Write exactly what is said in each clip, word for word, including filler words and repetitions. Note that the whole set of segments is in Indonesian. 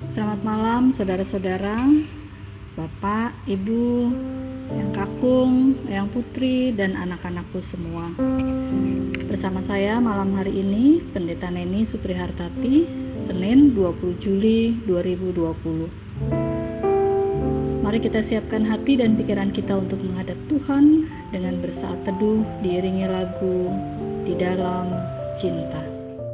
Selamat malam saudara-saudara, Bapak, Ibu, Yang Kakung, Yang Putri, dan anak-anakku semua. Bersama saya malam hari ini, Pendeta Neni Suprihartati, Senin dua puluh Juli dua ribu dua puluh. Mari kita siapkan hati dan pikiran kita untuk menghadap Tuhan dengan bersaat teduh diiringi lagu Di Dalam Cinta.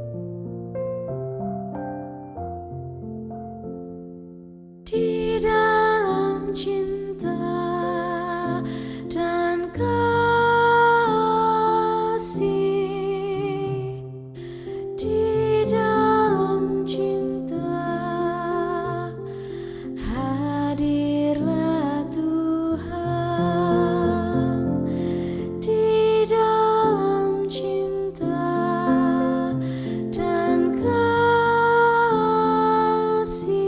Di dalam cinta dan kasih, di dalam cinta hadirlah Tuhan. Di dalam cinta dan kasih,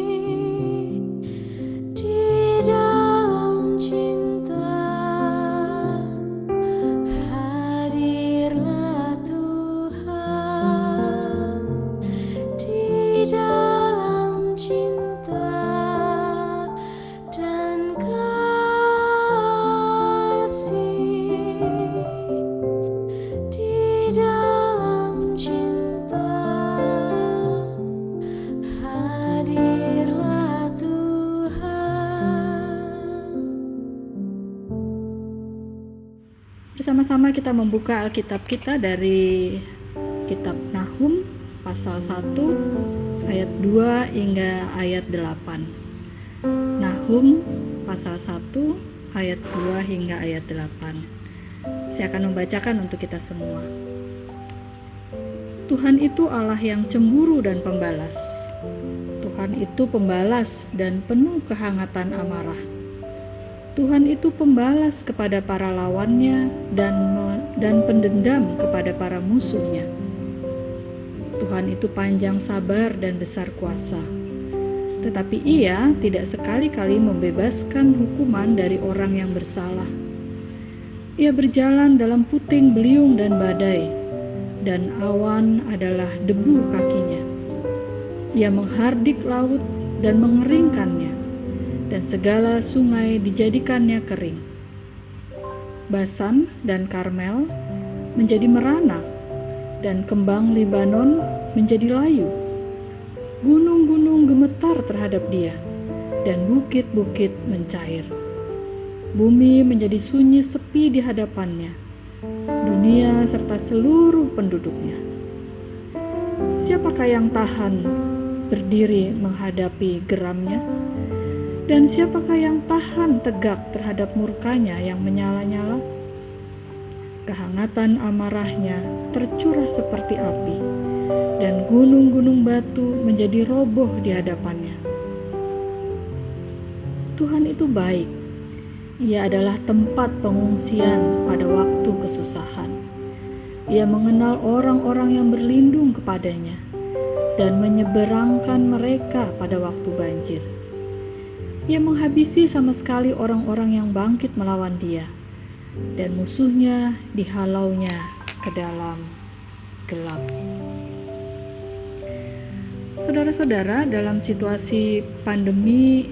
Bersama-sama kita membuka Alkitab kita dari kitab Nahum pasal satu ayat dua hingga ayat delapan. Nahum pasal satu ayat dua hingga ayat delapan. Saya akan membacakan untuk kita semua. Tuhan itu Allah yang cemburu dan pembalas. Tuhan itu pembalas dan penuh kehangatan amarah. Tuhan itu pembalas kepada para lawannya dan dan pendendam kepada para musuhnya. Tuhan itu panjang sabar dan besar kuasa. Tetapi Ia tidak sekali-kali membebaskan hukuman dari orang yang bersalah. Ia berjalan dalam puting beliung dan badai, dan awan adalah debu kakinya. Ia menghardik laut dan mengeringkannya, dan segala sungai dijadikannya kering. Basan dan Karmel menjadi merana, dan kembang Libanon menjadi layu. Gunung-gunung gemetar terhadap Dia, dan bukit-bukit mencair. Bumi menjadi sunyi sepi di hadapannya, dunia serta seluruh penduduknya. Siapakah yang tahan berdiri menghadapi geramnya? Dan siapakah yang tahan tegak terhadap murkanya yang menyala-nyala? Kehangatan amarahnya tercurah seperti api, dan gunung-gunung batu menjadi roboh di hadapannya. Tuhan itu baik. Ia adalah tempat pengungsian pada waktu kesusahan. Ia mengenal orang-orang yang berlindung kepadanya dan menyeberangkan mereka pada waktu banjir. Ia menghabisi sama sekali orang-orang yang bangkit melawan Dia, dan musuhnya dihalaunya ke dalam gelap. Saudara-saudara, dalam situasi pandemi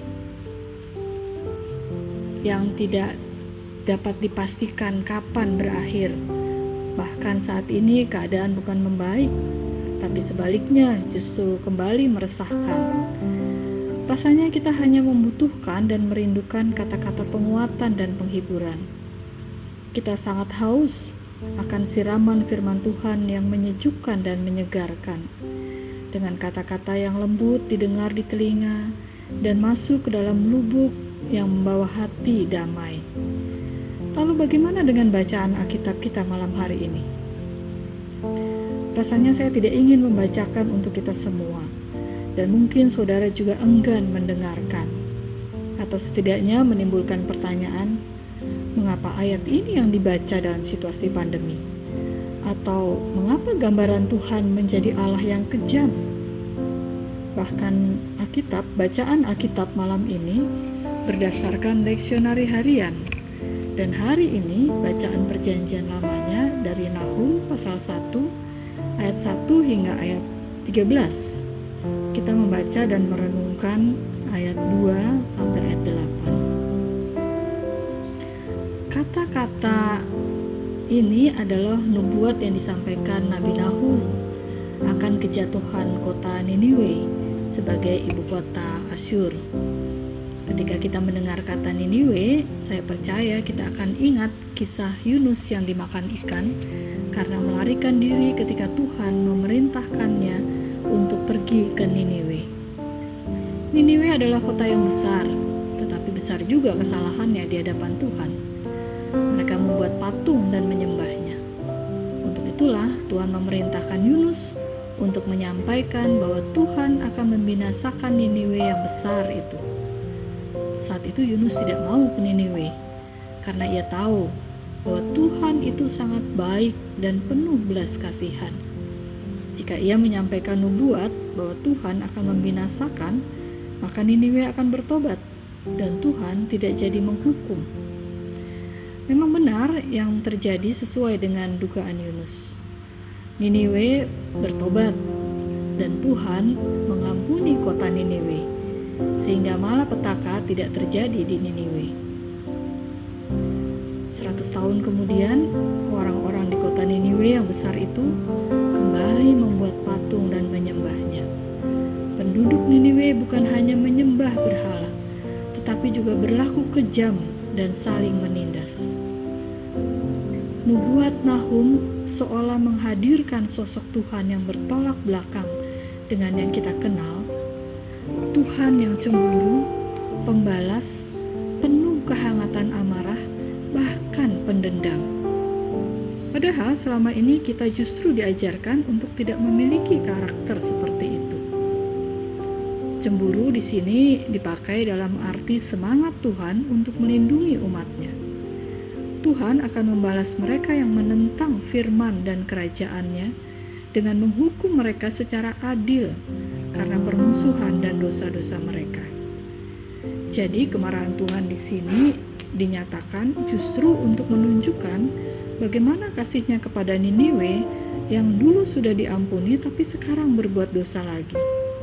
yang tidak dapat dipastikan kapan berakhir, bahkan saat ini keadaan bukan membaik, tapi sebaliknya justru kembali meresahkan. Rasanya kita hanya membutuhkan dan merindukan kata-kata penguatan dan penghiburan. Kita sangat haus akan siraman firman Tuhan yang menyejukkan dan menyegarkan, dengan kata-kata yang lembut didengar di telinga dan masuk ke dalam lubuk yang membawa hati damai. Lalu bagaimana dengan bacaan Alkitab kita malam hari ini? Rasanya saya tidak ingin membacakan untuk kita semua, dan mungkin saudara juga enggan mendengarkan, atau setidaknya menimbulkan pertanyaan, mengapa ayat ini yang dibaca dalam situasi pandemi? Atau mengapa gambaran Tuhan menjadi Allah yang kejam? Bahkan Alkitab, bacaan Alkitab malam ini berdasarkan leksionari harian, dan hari ini bacaan perjanjian lamanya dari Nahum pasal satu ayat satu hingga ayat tiga belas. Kita kita membaca dan merenungkan ayat dua sampai ayat delapan. Kata-kata ini adalah nubuat yang disampaikan Nabi Nahum akan kejatuhan kota Niniwe sebagai ibu kota Asyur. Ketika kita mendengar kata Niniwe, saya percaya kita akan ingat kisah Yunus yang dimakan ikan karena melarikan diri ketika Tuhan memerintahkannya untuk pergi ke Niniwe. Niniwe adalah kota yang besar, tetapi besar juga kesalahannya di hadapan Tuhan. Mereka membuat patung dan menyembahnya. Untuk itulah Tuhan memerintahkan Yunus untuk menyampaikan bahwa Tuhan akan membinasakan Niniwe yang besar itu. Saat itu Yunus tidak mau ke Niniwe karena ia tahu bahwa Tuhan itu sangat baik dan penuh belas kasihan. Jika ia menyampaikan nubuat bahwa Tuhan akan membinasakan, maka Niniwe akan bertobat dan Tuhan tidak jadi menghukum. Memang benar yang terjadi sesuai dengan dugaan Yunus. Niniwe bertobat dan Tuhan mengampuni kota Niniwe sehingga malapetaka tidak terjadi di Niniwe. Seratus tahun kemudian, orang-orang di kota Niniwe yang besar itu kembali membuat patung dan menyembahnya. Penduduk Niniwe bukan hanya menyembah berhala, tetapi juga berlaku kejam dan saling menindas. Nubuat Nahum seolah menghadirkan sosok Tuhan yang bertolak belakang dengan yang kita kenal. Tuhan yang cemburu, pembalas, penuh kehangatan amarah, bahkan pendendam. Padahal selama ini kita justru diajarkan untuk tidak memiliki karakter seperti itu. Cemburu di sini dipakai dalam arti semangat Tuhan untuk melindungi umatnya. Tuhan akan membalas mereka yang menentang firman dan kerajaannya dengan menghukum mereka secara adil karena permusuhan dan dosa-dosa mereka. Jadi kemarahan Tuhan di sini dinyatakan justru untuk menunjukkan bagaimana kasih-Nya kepada Niniwe yang dulu sudah diampuni tapi sekarang berbuat dosa lagi.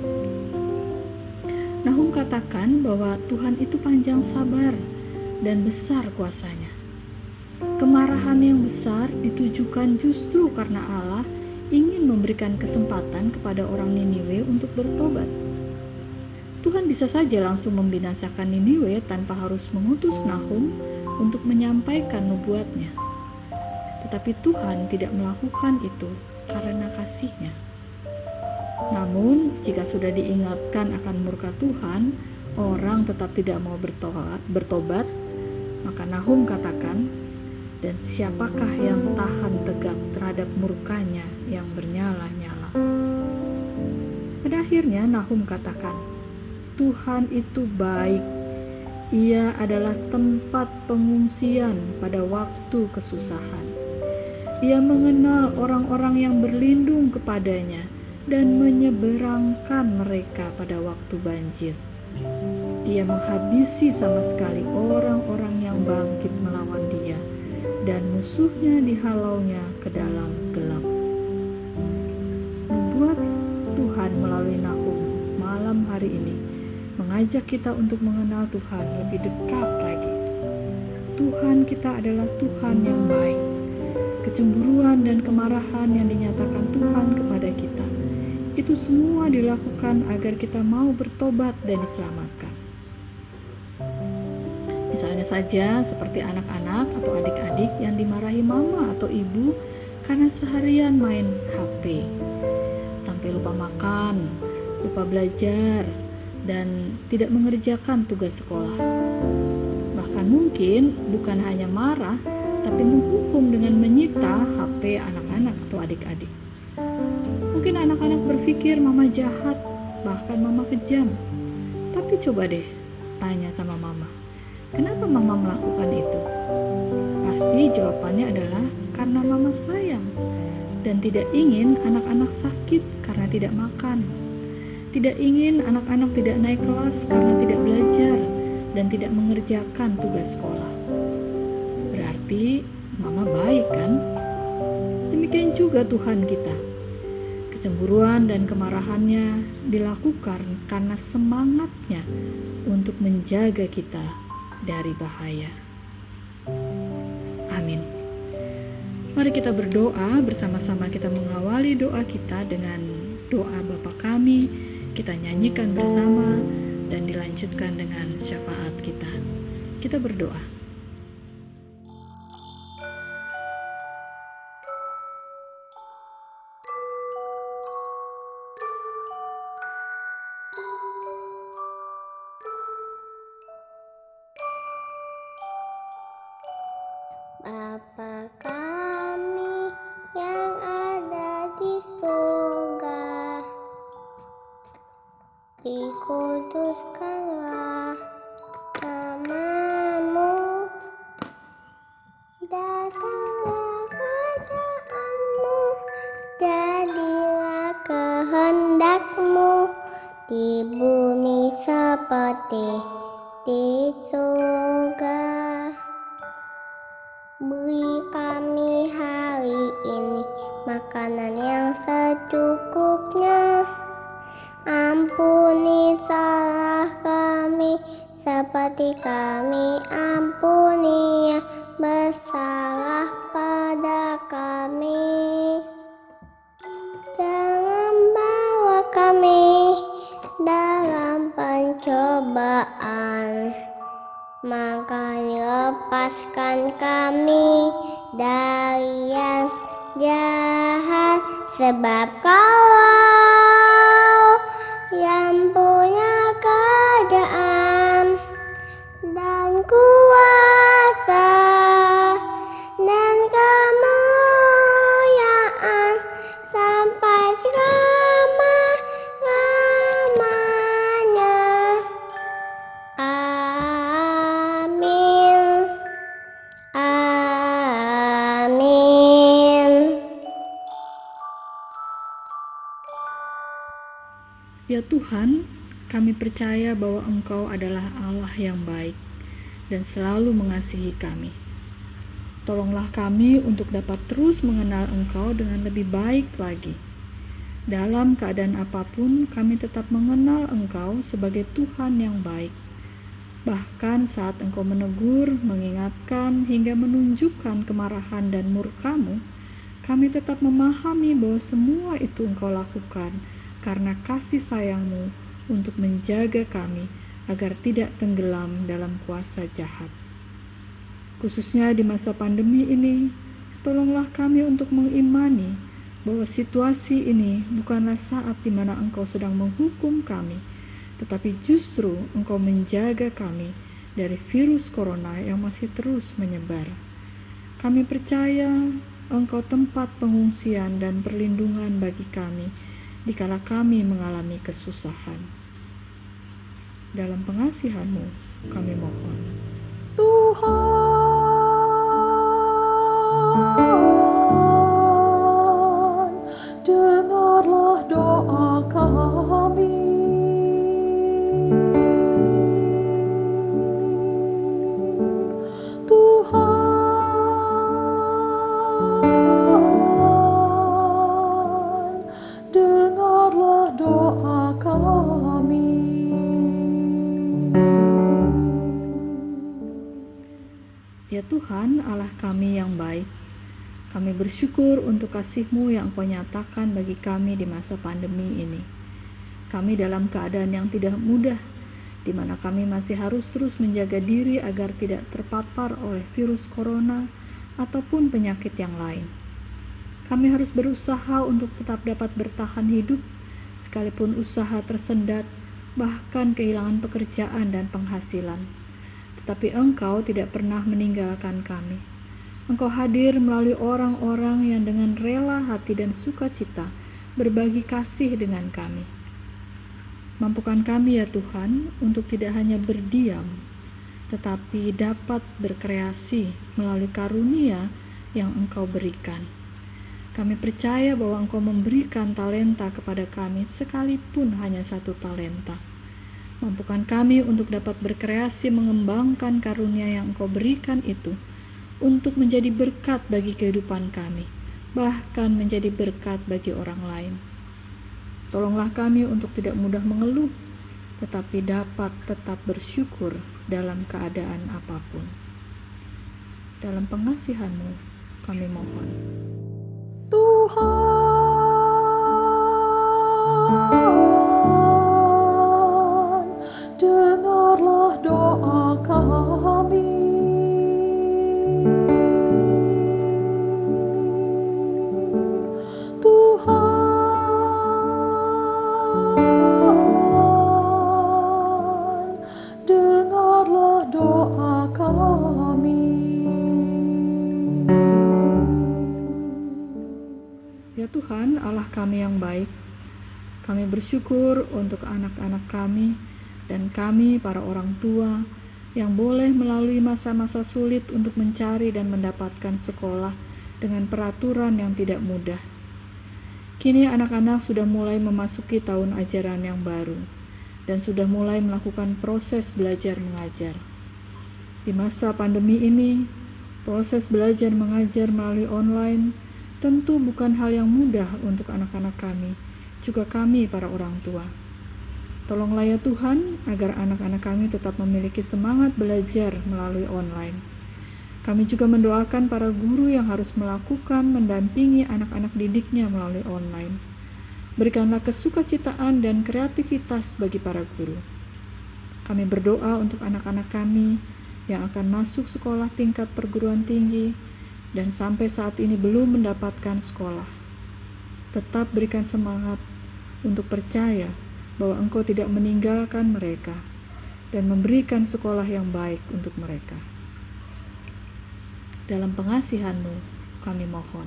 Nahum katakan bahwa Tuhan itu panjang sabar dan besar kuasanya. Kemarahan yang besar ditujukan justru karena Allah ingin memberikan kesempatan kepada orang Niniwe untuk bertobat. Tuhan bisa saja langsung membinasakan Niniwe tanpa harus mengutus Nahum untuk menyampaikan nubuatnya. Tetapi Tuhan tidak melakukan itu karena kasih-Nya. Namun, jika sudah diingatkan akan murka Tuhan, orang tetap tidak mau bertobat, bertobat, maka Nahum katakan, dan siapakah yang tahan tegak terhadap murkanya yang bernyala-nyala? Pada akhirnya Nahum katakan, Tuhan itu baik. Ia adalah tempat pengungsian pada waktu kesusahan. Ia mengenal orang-orang yang berlindung kepadanya dan menyeberangkan mereka pada waktu banjir. Ia menghabisi sama sekali orang-orang yang bangkit melawan Dia, dan musuhnya dihalaunya ke dalam gelap. Nubuat Tuhan melalui Nahum malam hari ini mengajak kita untuk mengenal Tuhan lebih dekat lagi. Tuhan kita adalah Tuhan yang baik. Kecemburuan dan kemarahan yang dinyatakan Tuhan kepada kita, itu semua dilakukan agar kita mau bertobat dan diselamatkan. Misalnya saja seperti anak-anak atau adik-adik yang dimarahi mama atau ibu karena seharian main H P, sampai lupa makan, lupa belajar, dan tidak mengerjakan tugas sekolah. Bahkan mungkin bukan hanya marah, tapi menghukum dengan menyita H P anak-anak atau adik-adik. Mungkin anak-anak berpikir mama jahat, bahkan mama kejam. Tapi coba deh tanya sama mama, kenapa mama melakukan itu? Pasti jawabannya adalah karena mama sayang dan tidak ingin anak-anak sakit karena tidak makan. Tidak ingin anak-anak tidak naik kelas karena tidak belajar dan tidak mengerjakan tugas sekolah. Berarti mama baik kan? Demikian juga Tuhan kita. Kecemburuan dan kemarahannya dilakukan karena semangatnya untuk menjaga kita dari bahaya. Amin. Mari kita berdoa bersama-sama. Kita mengawali doa kita dengan doa Bapa kami. Kita nyanyikan bersama dan dilanjutkan dengan syafaat kita. Kita berdoa. Bapa kami yang ada di surga, dikuduskanlah namamu, datanglah kerajaanmu, jadilah kehendakmu di bumi seperti di surga. Beri kami hari ini makanan yang secukupnya. Ampuni salah kami seperti kami ampuni yang bersalah pada kami. Jangan bawa kami dalam pencobaan, maka lepaskan kami dari yang jahat, sebab Kau yang punya kerajaan dan kuasa dan kemuliaan sampai selama-lamanya. Amin. Amin. Ya Tuhan, kami percaya bahwa Engkau adalah Allah yang baik dan selalu mengasihi kami. Tolonglah kami untuk dapat terus mengenal Engkau dengan lebih baik lagi. Dalam keadaan apapun, kami tetap mengenal Engkau sebagai Tuhan yang baik. Bahkan saat Engkau menegur, mengingatkan, hingga menunjukkan kemarahan dan murka-Mu, kami tetap memahami bahwa semua itu Engkau lakukan karena kasih sayang-Mu untuk menjaga kami agar tidak tenggelam dalam kuasa jahat. Khususnya di masa pandemi ini, tolonglah kami untuk mengimani bahwa situasi ini bukanlah saat di mana Engkau sedang menghukum kami, tetapi justru Engkau menjaga kami dari virus corona yang masih terus menyebar. Kami percaya Engkau tempat pengungsian dan perlindungan bagi kami dikala kami mengalami kesusahan. Dalam pengasihan-Mu kami mohon. Tuhan, dengarlah doa kami. Tuhan, dengarlah doa kami. Ya Tuhan, Allah kami yang baik, kami bersyukur untuk kasih-Mu yang Engkau nyatakan bagi kami di masa pandemi ini. Kami dalam keadaan yang tidak mudah, di mana kami masih harus terus menjaga diri agar tidak terpapar oleh virus corona ataupun penyakit yang lain. Kami harus berusaha untuk tetap dapat bertahan hidup, sekalipun usaha tersendat, bahkan kehilangan pekerjaan dan penghasilan. Tetapi Engkau tidak pernah meninggalkan kami. Engkau hadir melalui orang-orang yang dengan rela hati dan sukacita berbagi kasih dengan kami. Mampukan kami ya Tuhan untuk tidak hanya berdiam, tetapi dapat berkreasi melalui karunia yang Engkau berikan. Kami percaya bahwa Engkau memberikan talenta kepada kami sekalipun hanya satu talenta. Mampukan kami untuk dapat berkreasi mengembangkan karunia yang Engkau berikan itu untuk menjadi berkat bagi kehidupan kami, bahkan menjadi berkat bagi orang lain. Tolonglah kami untuk tidak mudah mengeluh, tetapi dapat tetap bersyukur dalam keadaan apapun. Dalam pengasihan-Mu kami mohon. Tuhan, dengarlah doa kami. Tuhan, dengarlah doa kami. Ya Tuhan, Allah kami yang baik, kami bersyukur untuk anak-anak kami dan kami para orang tua yang boleh melalui masa-masa sulit untuk mencari dan mendapatkan sekolah dengan peraturan yang tidak mudah. Kini anak-anak sudah mulai memasuki tahun ajaran yang baru dan sudah mulai melakukan proses belajar mengajar. Di masa pandemi ini, proses belajar mengajar melalui online tentu bukan hal yang mudah untuk anak-anak kami, juga kami para orang tua. Tolonglah ya Tuhan, agar anak-anak kami tetap memiliki semangat belajar melalui online. Kami juga mendoakan para guru yang harus melakukan mendampingi anak-anak didiknya melalui online. Berikanlah kesukacitaan dan kreativitas bagi para guru. Kami berdoa untuk anak-anak kami yang akan masuk sekolah tingkat perguruan tinggi dan sampai saat ini belum mendapatkan sekolah. Tetap berikan semangat untuk percaya bahwa Engkau tidak meninggalkan mereka dan memberikan sekolah yang baik untuk mereka. Dalam pengasihan-Mu kami mohon.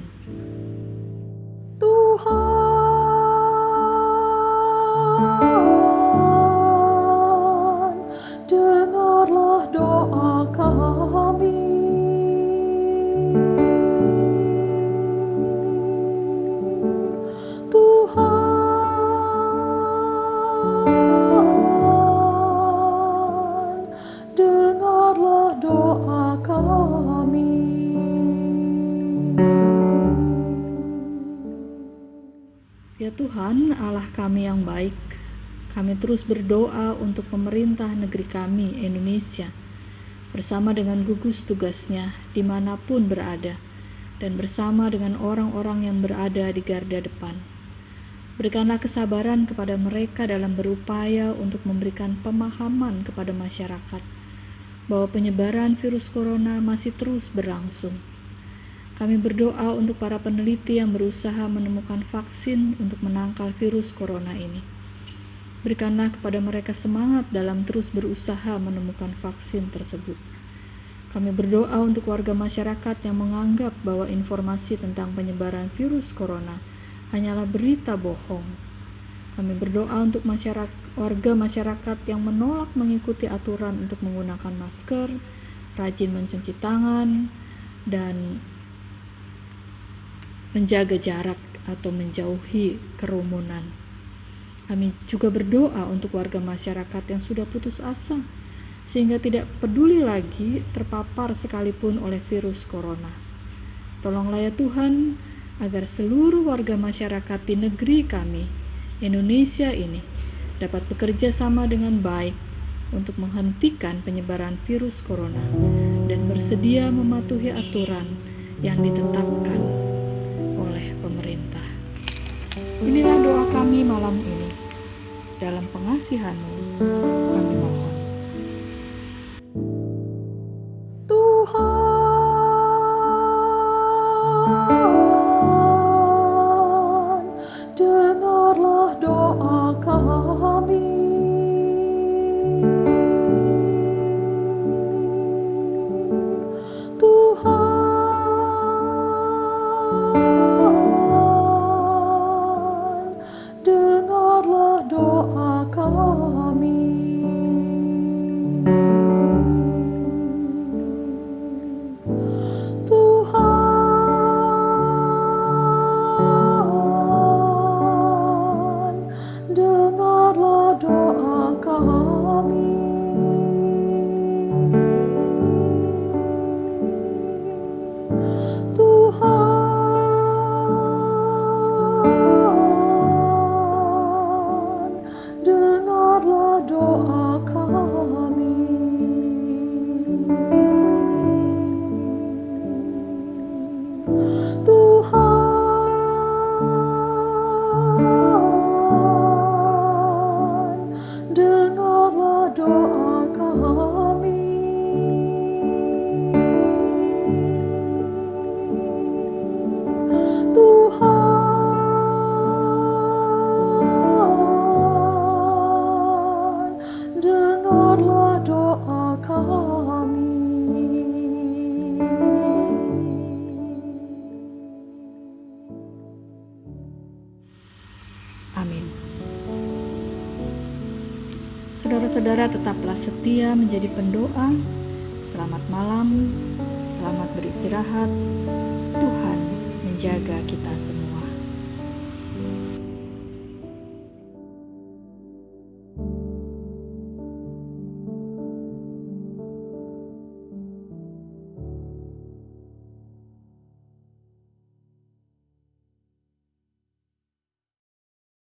Tuhan, dengarlah doa kami. Tuhan, dengarlah doa kami. Ya Tuhan, Allah kami yang baik, kami terus berdoa untuk pemerintah negeri kami, Indonesia, bersama dengan gugus tugasnya dimanapun berada, dan bersama dengan orang-orang yang berada di garda depan. Berikanlah kesabaran kepada mereka dalam berupaya untuk memberikan pemahaman kepada masyarakat bahwa penyebaran virus corona masih terus berlangsung. Kami berdoa untuk para peneliti yang berusaha menemukan vaksin untuk menangkal virus corona ini. Berikanlah kepada mereka semangat dalam terus berusaha menemukan vaksin tersebut. Kami berdoa untuk warga masyarakat yang menganggap bahwa informasi tentang penyebaran virus corona hanyalah berita bohong. Kami berdoa untuk masyarakat, warga masyarakat yang menolak mengikuti aturan untuk menggunakan masker, rajin mencuci tangan, dan menjaga jarak atau menjauhi kerumunan. Kami juga berdoa untuk warga masyarakat yang sudah putus asa, sehingga tidak peduli lagi terpapar sekalipun oleh virus corona. Tolonglah ya Tuhan, agar seluruh warga masyarakat di negeri kami, Indonesia ini, dapat bekerja sama dengan baik untuk menghentikan penyebaran virus corona dan bersedia mematuhi aturan yang ditetapkan oleh pemerintah. Inilah doa kami malam ini. Dalam pengasihan-Mu kami mohon. Tuhan, dengarlah doa kami. Tuhan, dengarlah doa kami. Saudara-saudara tetaplah setia menjadi pendoa. Selamat malam, selamat beristirahat. Tuhan menjaga kita semua.